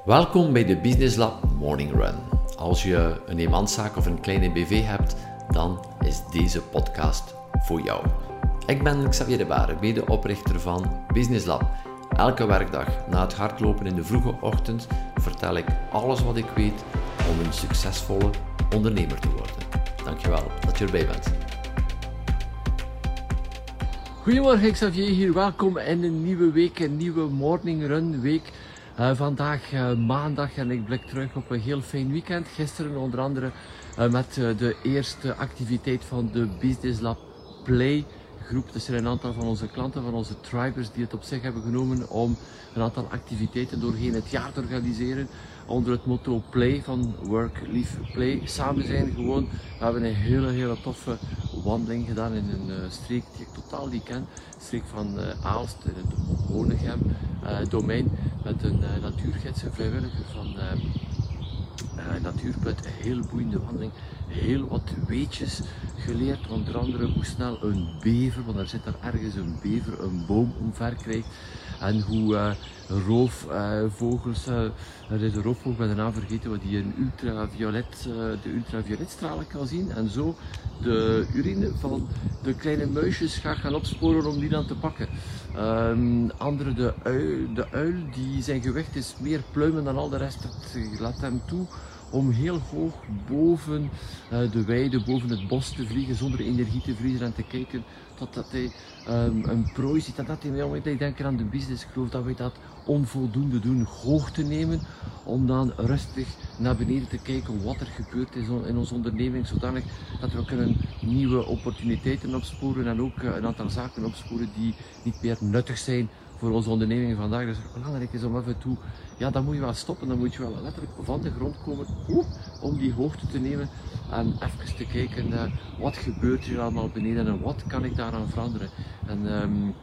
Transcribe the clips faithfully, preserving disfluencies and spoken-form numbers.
Welkom bij de Business Lab Morning Run. Als je een eenmanszaak of een kleine B V hebt, dan is deze podcast voor jou. Ik ben Xavier de Baren, medeoprichter van Business Lab. Elke werkdag na het hardlopen in de vroege ochtend vertel ik alles wat ik weet om een succesvolle ondernemer te worden. Dankjewel dat je erbij bent. Goedemorgen, Xavier hier. Welkom in een nieuwe week, een nieuwe Morning Run week. Uh, vandaag uh, maandag en ik blik terug op een heel fijn weekend. Gisteren onder andere uh, met uh, de eerste activiteit van de Business Lab Play groep. Dus er zijn een aantal van onze klanten, van onze tribers, die het op zich hebben genomen om een aantal activiteiten doorheen het jaar te organiseren. Onder het motto Play, van Work, Live, Play. Samen zijn gewoon. We hebben een hele, hele toffe wandeling gedaan in een uh, streek die ik totaal niet ken. De streek van uh, Aalst, in het Honegem uh, domein. Met een uh, natuurgids, een vrijwilliger van uh, uh, Natuurput. Een heel boeiende wandeling. Heel wat weetjes geleerd. Onder andere hoe snel een bever, want er zit daar ergens een bever, een boom omver krijgt. En hoe uh, roofvogels, uh, er is een roofvogel met de naam vergeten, wat die een ultraviolet, uh, de ultravioletstralen kan zien. En zo de urine van de kleine muisjes gaat gaan opsporen om die dan te pakken. Um, andere, de uil, de uil, die zijn gewicht is meer pluimen dan al de rest. Dat laat hem toe om heel hoog boven uh, de weide, boven het bos te vliegen, zonder energie te verliezen en te kijken totdat hij um, een prooi ziet. En dat hij mij onmiddellijk denken aan de business. Ik geloof dat wij dat onvoldoende doen, hoog te nemen, om dan rustig naar beneden te kijken wat er gebeurt in onze onderneming, zodanig dat we kunnen nieuwe opportuniteiten opsporen en ook uh, een aantal zaken opsporen die niet meer nuttig zijn voor onze onderneming vandaag. Dus het belangrijk is om af en toe, ja, dan moet je wel stoppen, dan moet je wel letterlijk van de grond komen oeh, om die hoogte te nemen en even te kijken naar wat gebeurt hier allemaal beneden en wat kan ik daaraan veranderen. En um,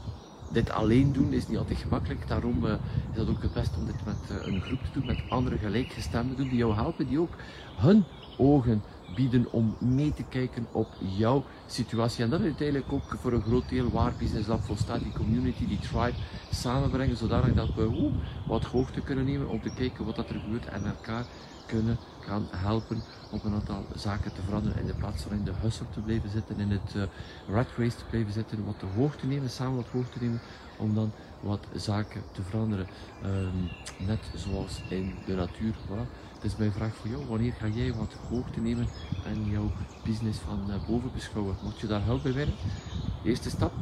dit alleen doen is niet altijd gemakkelijk, daarom uh, is het ook het beste om dit met uh, een groep te doen, met andere gelijkgestemden doen die jou helpen, die ook hun ogen bieden om mee te kijken op jouw situatie. En dat is uiteindelijk ook voor een groot deel waar Business Lab voor staat, die community, die tribe samenbrengen, zodanig dat we oeh, wat hoogte kunnen nemen om te kijken wat er gebeurt en elkaar kunnen gaan helpen om een aantal zaken te veranderen, in de plaats van in de hustle te blijven zitten, in het uh, rat race te blijven zitten, wat te hoog te nemen, samen wat hoog te nemen, om dan wat zaken te veranderen. Um, net zoals in de natuur. Voilà. Het is mijn vraag voor jou, wanneer ga jij wat hoogte nemen en jouw business van uh, boven beschouwen? Mocht je daar hulp bij willen? Eerste stap,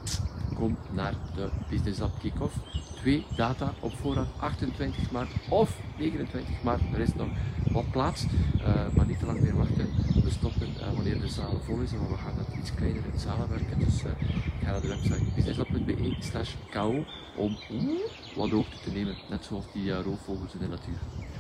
kom naar de Business Lab Kick-Off. Twee data op voorhand, achtentwintig maart of negenentwintig maart. Er is nog wat plaats, uh, maar niet te lang meer wachten. We stoppen uh, wanneer de zaal vol is, maar we gaan dat iets kleiner in zalen werken. Dus uh, ga naar de website businesslab punt be slash ko om wat hoogte te nemen, net zoals die uh, roofvogels in de natuur.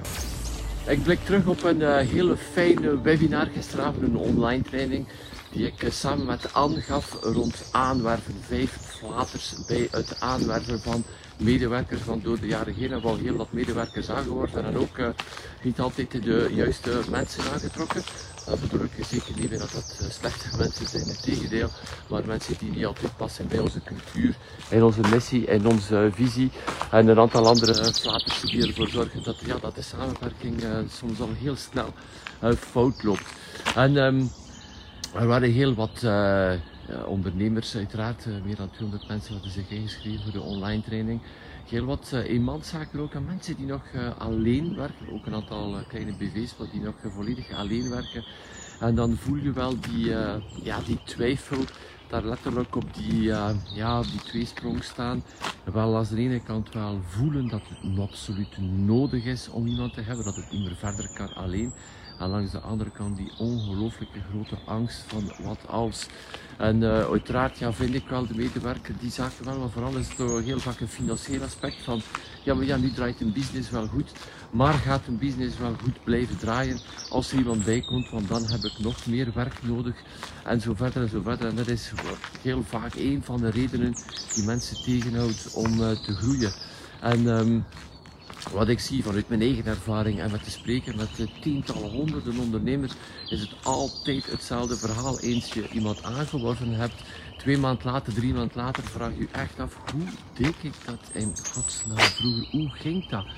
Ja. Ik blik terug op een uh, hele fijne webinar gisteravond, een online training die ik uh, samen met Anne gaf rond aanwerven, vijf flaters bij het aanwerven van medewerkers. Van door de jaren heen hebben we al heel wat medewerkers aangeworven en ook uh, niet altijd de juiste mensen aangetrokken. Dat bedoel ik zeker niet meer dat dat uh, slechte mensen zijn, in tegendeel, maar mensen die niet altijd passen bij onze cultuur, in onze missie, in onze visie en een aantal andere uh, flaters die ervoor zorgen dat, ja, dat de samenwerking uh, soms al heel snel uh, fout loopt. En um, er waren heel wat uh, ondernemers, uiteraard, uh, meer dan tweehonderd mensen hadden zich ingeschreven voor de online training. Heel wat uh, eenmanszaken ook, en mensen die nog uh, alleen werken, ook een aantal uh, kleine B V's wat die nog uh, volledig alleen werken. En dan voel je wel die, uh, ja, die twijfel, daar letterlijk op die, uh, ja, die tweesprong staan. Wel aan de ene kant wel voelen dat het absoluut nodig is om iemand te hebben, dat het niet meer verder kan alleen. En langs de andere kant die ongelooflijke grote angst van wat als. En uh, uiteraard ja, vind ik wel de medewerker die zaken wel, maar vooral is het toch heel vaak een financieel aspect van ja, maar ja, nu draait een business wel goed, maar gaat een business wel goed blijven draaien als er iemand bij komt, want dan heb ik nog meer werk nodig en zo verder en zo verder. En dat is heel vaak een van de redenen die mensen tegenhoudt om uh, te groeien. En um, wat ik zie vanuit mijn eigen ervaring en met te spreken met tientallen, honderden ondernemers, is het altijd hetzelfde verhaal. Eens je iemand aangeworven hebt, twee maanden later, drie maanden later, vraag je je echt af, hoe deed ik dat in godsnaam vroeger? Hoe ging dat?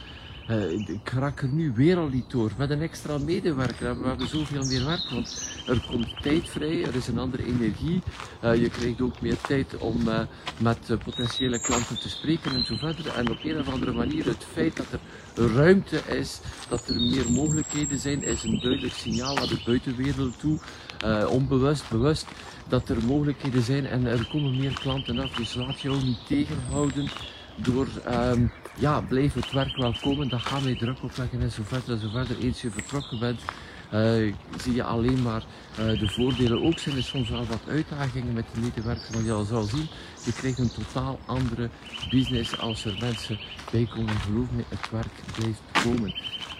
Uh, ik raak er nu weer al niet door. Met een extra medewerker we hebben zoveel meer werk, want er komt tijd vrij, er is een andere energie. Uh, je krijgt ook meer tijd om uh, met uh, potentiële klanten te spreken en zo verder. En op een of andere manier het feit dat er ruimte is, dat er meer mogelijkheden zijn, is een duidelijk signaal naar de buitenwereld toe. Uh, onbewust, bewust, dat er mogelijkheden zijn en er komen meer klanten af. Dus laat jou niet tegenhouden door, um, ja, blijf het werk wel komen, dan gaan wij druk opleggen en zo verder en zo verder. Eens je vertrokken bent, uh, zie je alleen maar uh, de voordelen. Ook zijn er soms wel wat uitdagingen met de medewerkers, maar je al zal zien, je krijgt een totaal andere business als er mensen bij komen. Geloof me, het werk blijft komen.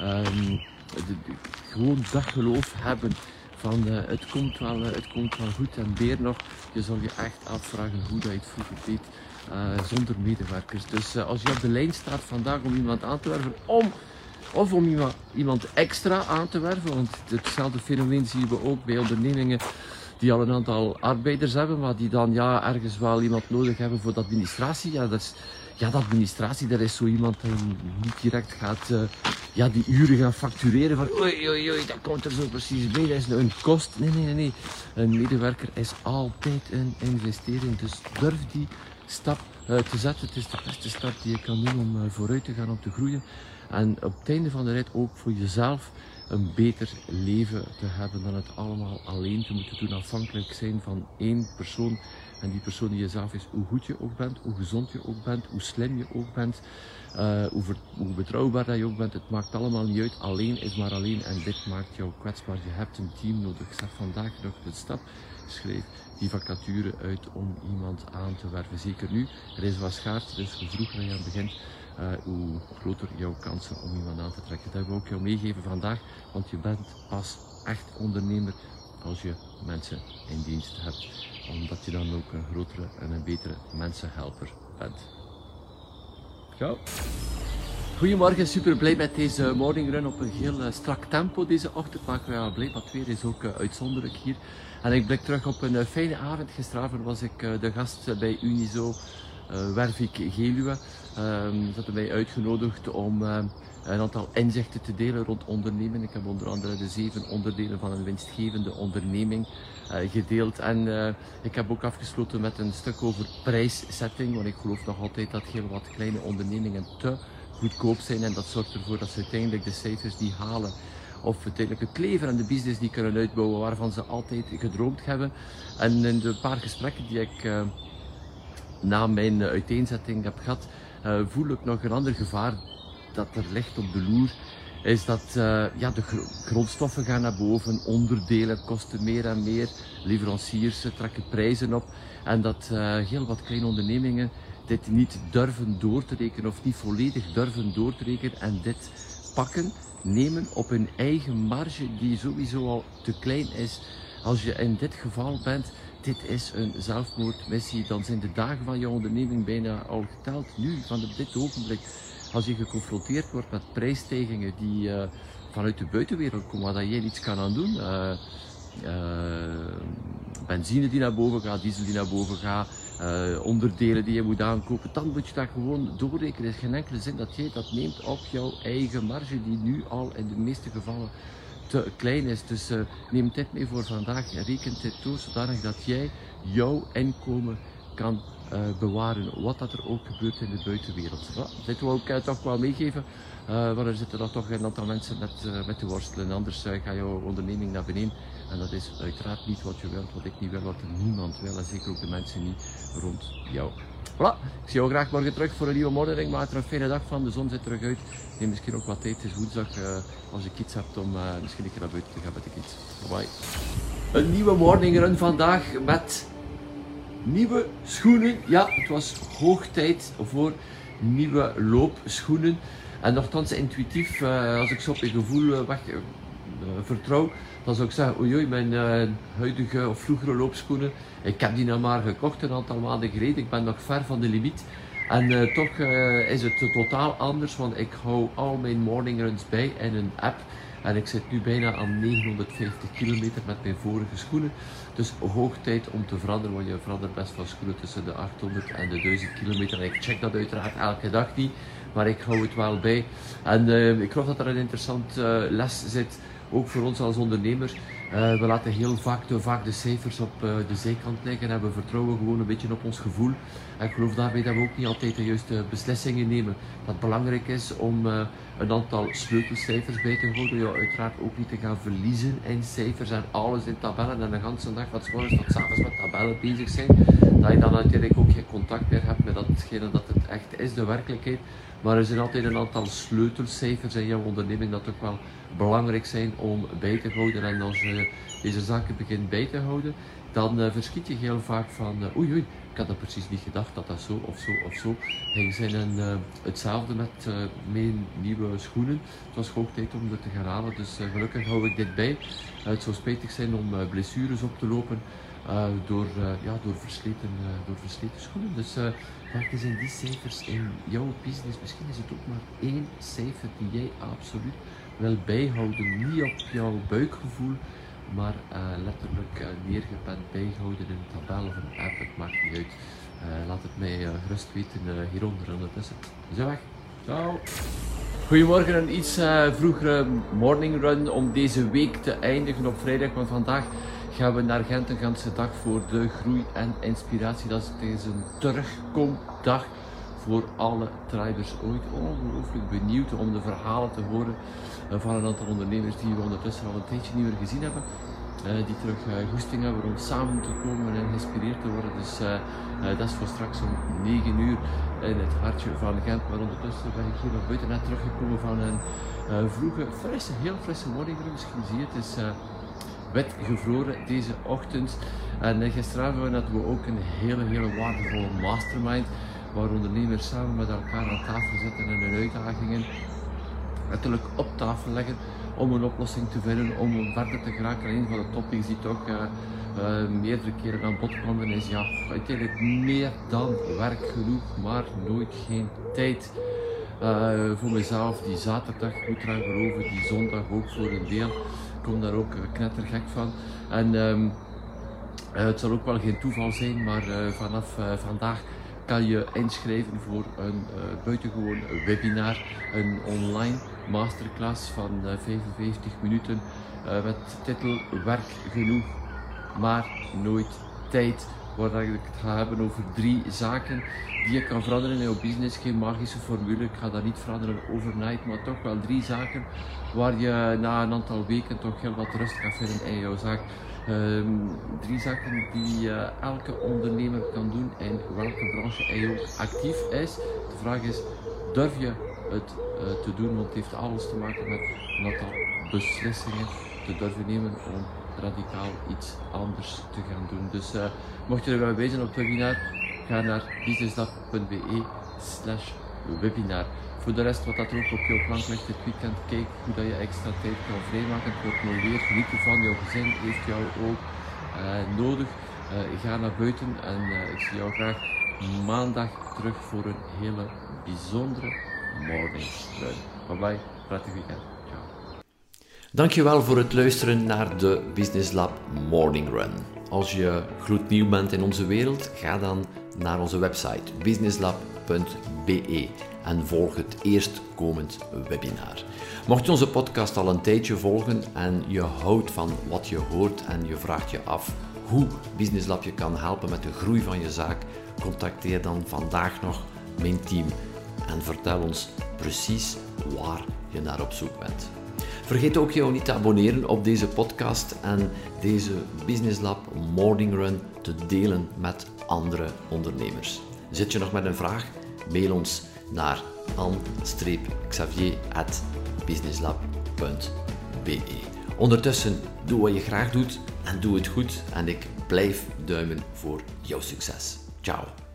Um, de, de, gewoon dat geloof hebben. Van uh, het, komt wel, uh, het komt wel goed en meer nog, je zal je echt afvragen hoe dat je het vroeger deed uh, zonder medewerkers. Dus uh, als je op de lijn staat vandaag om iemand aan te werven, om, of om iemand, iemand extra aan te werven, want hetzelfde fenomeen zien we ook bij ondernemingen die al een aantal arbeiders hebben, maar die dan ja, ergens wel iemand nodig hebben voor de administratie. Ja, dat is, ja, de administratie, dat is zo iemand die niet direct gaat uh, ja, die uren gaan factureren van oei oei oei, dat komt er zo precies bij, dat is een kost. Nee, nee, nee, nee. Een medewerker is altijd een investering, dus durf die stap uh, te zetten. Het is de beste stap die je kan doen om uh, vooruit te gaan, om te groeien. En op het einde van de rit ook voor jezelf een beter leven te hebben dan het allemaal alleen te moeten doen, afhankelijk zijn van één persoon. En die persoon die jezelf is, hoe goed je ook bent, hoe gezond je ook bent, hoe slim je ook bent, uh, hoe, ver, hoe betrouwbaar dat je ook bent. Het maakt allemaal niet uit, alleen is maar alleen en dit maakt jou kwetsbaar. Je hebt een team nodig. Zet vandaag nog de stap, schrijf die vacature uit om iemand aan te werven. Zeker nu, er is wat schaarste, dus hoe vroeger je aan begint, Uh, hoe groter jouw kansen om iemand aan te trekken. Dat wil ik jou meegeven vandaag, want je bent pas echt ondernemer als je mensen in dienst hebt. Omdat je dan ook een grotere en een betere mensenhelper bent. Ciao! Goedemorgen, super blij met deze morning run op een heel uh, strak tempo deze ochtend. Maar ik ben wel blij, want het weer is ook uh, uitzonderlijk hier. En ik blik terug op een uh, fijne avond. Gisteravond was ik uh, de gast uh, bij Unizo. Uh, Wervik Geluwe. Um, ze hadden mij uitgenodigd om uh, een aantal inzichten te delen rond ondernemen. Ik heb onder andere de zeven onderdelen van een winstgevende onderneming uh, gedeeld. En uh, ik heb ook afgesloten met een stuk over prijszetting, want ik geloof nog altijd dat heel wat kleine ondernemingen te goedkoop zijn en dat zorgt ervoor dat ze uiteindelijk de cijfers niet halen. Of uiteindelijk het leven en de business die kunnen uitbouwen waarvan ze altijd gedroomd hebben. En in de paar gesprekken die ik uh, na mijn uiteenzetting heb gehad, uh, voel ik nog een ander gevaar dat er ligt op de loer. Is dat uh, ja, de grondstoffen gaan naar boven, onderdelen kosten meer en meer, leveranciers trekken prijzen op. En dat uh, heel wat kleine ondernemingen dit niet durven door te rekenen of niet volledig durven door te rekenen en dit pakken, nemen op hun eigen marge die sowieso al te klein is. Als je in dit geval bent, dit is een zelfmoordmissie, dan zijn de dagen van je onderneming bijna al geteld. Nu, van op dit ogenblik, als je geconfronteerd wordt met prijsstijgingen die uh, vanuit de buitenwereld komen, waar jij niets kan aan doen. Uh, uh, benzine die naar boven gaat, diesel die naar boven gaat, uh, onderdelen die je moet aankopen, dan moet je dat gewoon doorrekenen. Er is geen enkele zin dat jij dat neemt op jouw eigen marge, die nu al in de meeste gevallen te klein is. Dus uh, neem dit mee voor vandaag en reken dit door, zodanig dat jij jouw inkomen kan uh, bewaren, wat dat er ook gebeurt in de buitenwereld. Voilà, dit wil ik uh, toch wel meegeven, uh, want er zitten dan toch een aantal mensen met, uh, met te worstelen. Anders uh, gaat jouw onderneming naar beneden en dat is uiteraard niet wat je wilt, wat ik niet wil, wat er niemand wil en zeker ook de mensen niet rond jou. Voilà, ik zie jou graag morgen terug voor een nieuwe morning. Maak er een fijne dag van, de zon zit terug uit. Neem misschien ook wat tijd, het is woensdag, uh, als je kids hebt om uh, misschien een keer naar buiten te gaan met de kids. Bye bye. Een nieuwe morning run vandaag met nieuwe schoenen. Ja, het was hoog tijd voor nieuwe loopschoenen. En nogthans intuïtief, uh, als ik zo op je gevoel uh, weg, uh, vertrouw, dan zou ik zeggen, oei oei, mijn uh, huidige of vroegere loopschoenen, ik heb die nou maar gekocht een aantal maanden geleden, ik ben nog ver van de limiet. En uh, toch uh, is het uh, totaal anders, want ik hou al mijn morning runs bij in een app. En ik zit nu bijna aan negenhonderdvijftig kilometer met mijn vorige schoenen. Dus hoog tijd om te veranderen, want je verandert best van schoenen tussen de achthonderd en de duizend kilometer. En ik check dat uiteraard elke dag niet. maar ik hou het wel bij. En uh, ik geloof dat er een interessant uh, les zit, ook voor ons als ondernemers. Uh, we laten heel vaak de, vaak de cijfers op uh, de zijkant liggen en we vertrouwen gewoon een beetje op ons gevoel. En ik geloof daarbij dat we ook niet altijd de juiste beslissingen nemen. Dat het belangrijk is om uh, een aantal sleutelcijfers bij te houden. Ja, uiteraard ook niet te gaan verliezen in cijfers en alles in tabellen en de hele dag van 's morgens tot 's avonds met tabellen bezig zijn. Dat je dan uiteindelijk ook geen contact meer hebt met datgene dat het echt is, de werkelijkheid. Maar er zijn altijd een aantal sleutelcijfers in jouw onderneming dat ook wel belangrijk zijn om bij te houden. En als je deze zaken begint bij te houden, dan uh, verschiet je heel vaak van uh, oei oei, ik had dat precies niet gedacht dat dat zo of zo of zo ging zijn. En uh, hetzelfde met uh, mijn nieuwe schoenen. Het was hoog tijd om het te gaan halen, dus uh, gelukkig hou ik dit bij. Uh, het zou spijtig zijn om uh, blessures op te lopen. Uh, door, uh, ja, door, versleten, uh, door versleten schoenen. Dus uh, kijk eens in die cijfers in jouw business. Misschien is het ook maar één cijfer die jij absoluut wil bijhouden. Niet op jouw buikgevoel, maar uh, letterlijk uh, neergepend bijhouden in een tabel of een app. Het maakt niet uit. Uh, laat het mij uh, gerust weten uh, hieronder ondertussen. Zo weg. Ciao. Goedemorgen, een iets uh, vroegere morning run om deze week te eindigen op vrijdag, want vandaag gaan we naar Gent een ganse dag voor de groei en inspiratie. Dat is een terugkomdag voor alle tribers ooit. Ongelooflijk benieuwd om de verhalen te horen van een aantal ondernemers die we ondertussen al een tijdje niet meer gezien hebben. Uh, die terug uh, goesting hebben om samen te komen en geïnspireerd te worden. Dus uh, uh, dat is voor straks om negen uur in het hartje van Gent. Maar ondertussen ben ik hier naar buiten net teruggekomen van een uh, vroege, frisse, heel frisse morning. Misschien zie je het, is uh, wit gevroren deze ochtend. En uh, gisteravond hadden we ook een hele, hele waardevolle mastermind. Waar ondernemers samen met elkaar aan tafel zitten en hun uitdagingen letterlijk op tafel leggen om een oplossing te vinden, om verder te geraken. Een van de topics die toch uh, uh, meerdere keren aan bod kwamen is ja, uiteindelijk meer dan werk genoeg, maar nooit geen tijd. Uh, voor mezelf, die zaterdag goed eraan geloven, die zondag ook voor een deel. Ik kom daar ook uh, knettergek van. En um, uh, het zal ook wel geen toeval zijn, maar uh, vanaf uh, vandaag kan je inschrijven voor een uh, buitengewoon webinar, een online masterclass van uh, vijfenvijftig minuten uh, met titel Werk genoeg, maar nooit tijd. Waar ik het ga hebben over drie zaken die je kan veranderen in jouw business. Geen magische formule, ik ga dat niet veranderen overnight, maar toch wel drie zaken waar je na een aantal weken toch heel wat rust gaat vinden in jouw zaak. Um, drie zaken die uh, elke ondernemer kan doen in welke branche hij ook actief is. De vraag is, durf je het uh, te doen, want het heeft alles te maken met een aantal beslissingen te durven nemen om radicaal iets anders te gaan doen. Dus uh, mocht je er wel bij zijn op het webinar, ga naar businesslab punt be slash webinar. Voor de rest, wat dat er ook op jouw plank ligt dit weekend, kijk hoe dat je extra tijd kan vrijmaken. Het wordt mooi weer, geniet ervan, jouw gezin heeft jou ook uh, nodig. Uh, ga naar buiten en uh, ik zie jou graag maandag terug voor een hele bijzondere morning run. Bye bye, prettig weekend. Ciao. Dankjewel voor het luisteren naar de Business Lab Morning Run. Als je gloednieuw bent in onze wereld, ga dan naar onze website businesslab punt be en volg het eerstkomend webinar. Mocht je onze podcast al een tijdje volgen en je houdt van wat je hoort en je vraagt je af hoe Business Lab je kan helpen met de groei van je zaak, contacteer dan vandaag nog mijn team en vertel ons precies waar je naar op zoek bent. Vergeet ook jou niet te abonneren op deze podcast en deze Business Lab Morning Run te delen met andere ondernemers. Zit je nog met een vraag? Mail ons naar an xavier at businesslab punt be. Ondertussen, doe wat je graag doet en doe het goed en ik blijf duimen voor jouw succes. Ciao.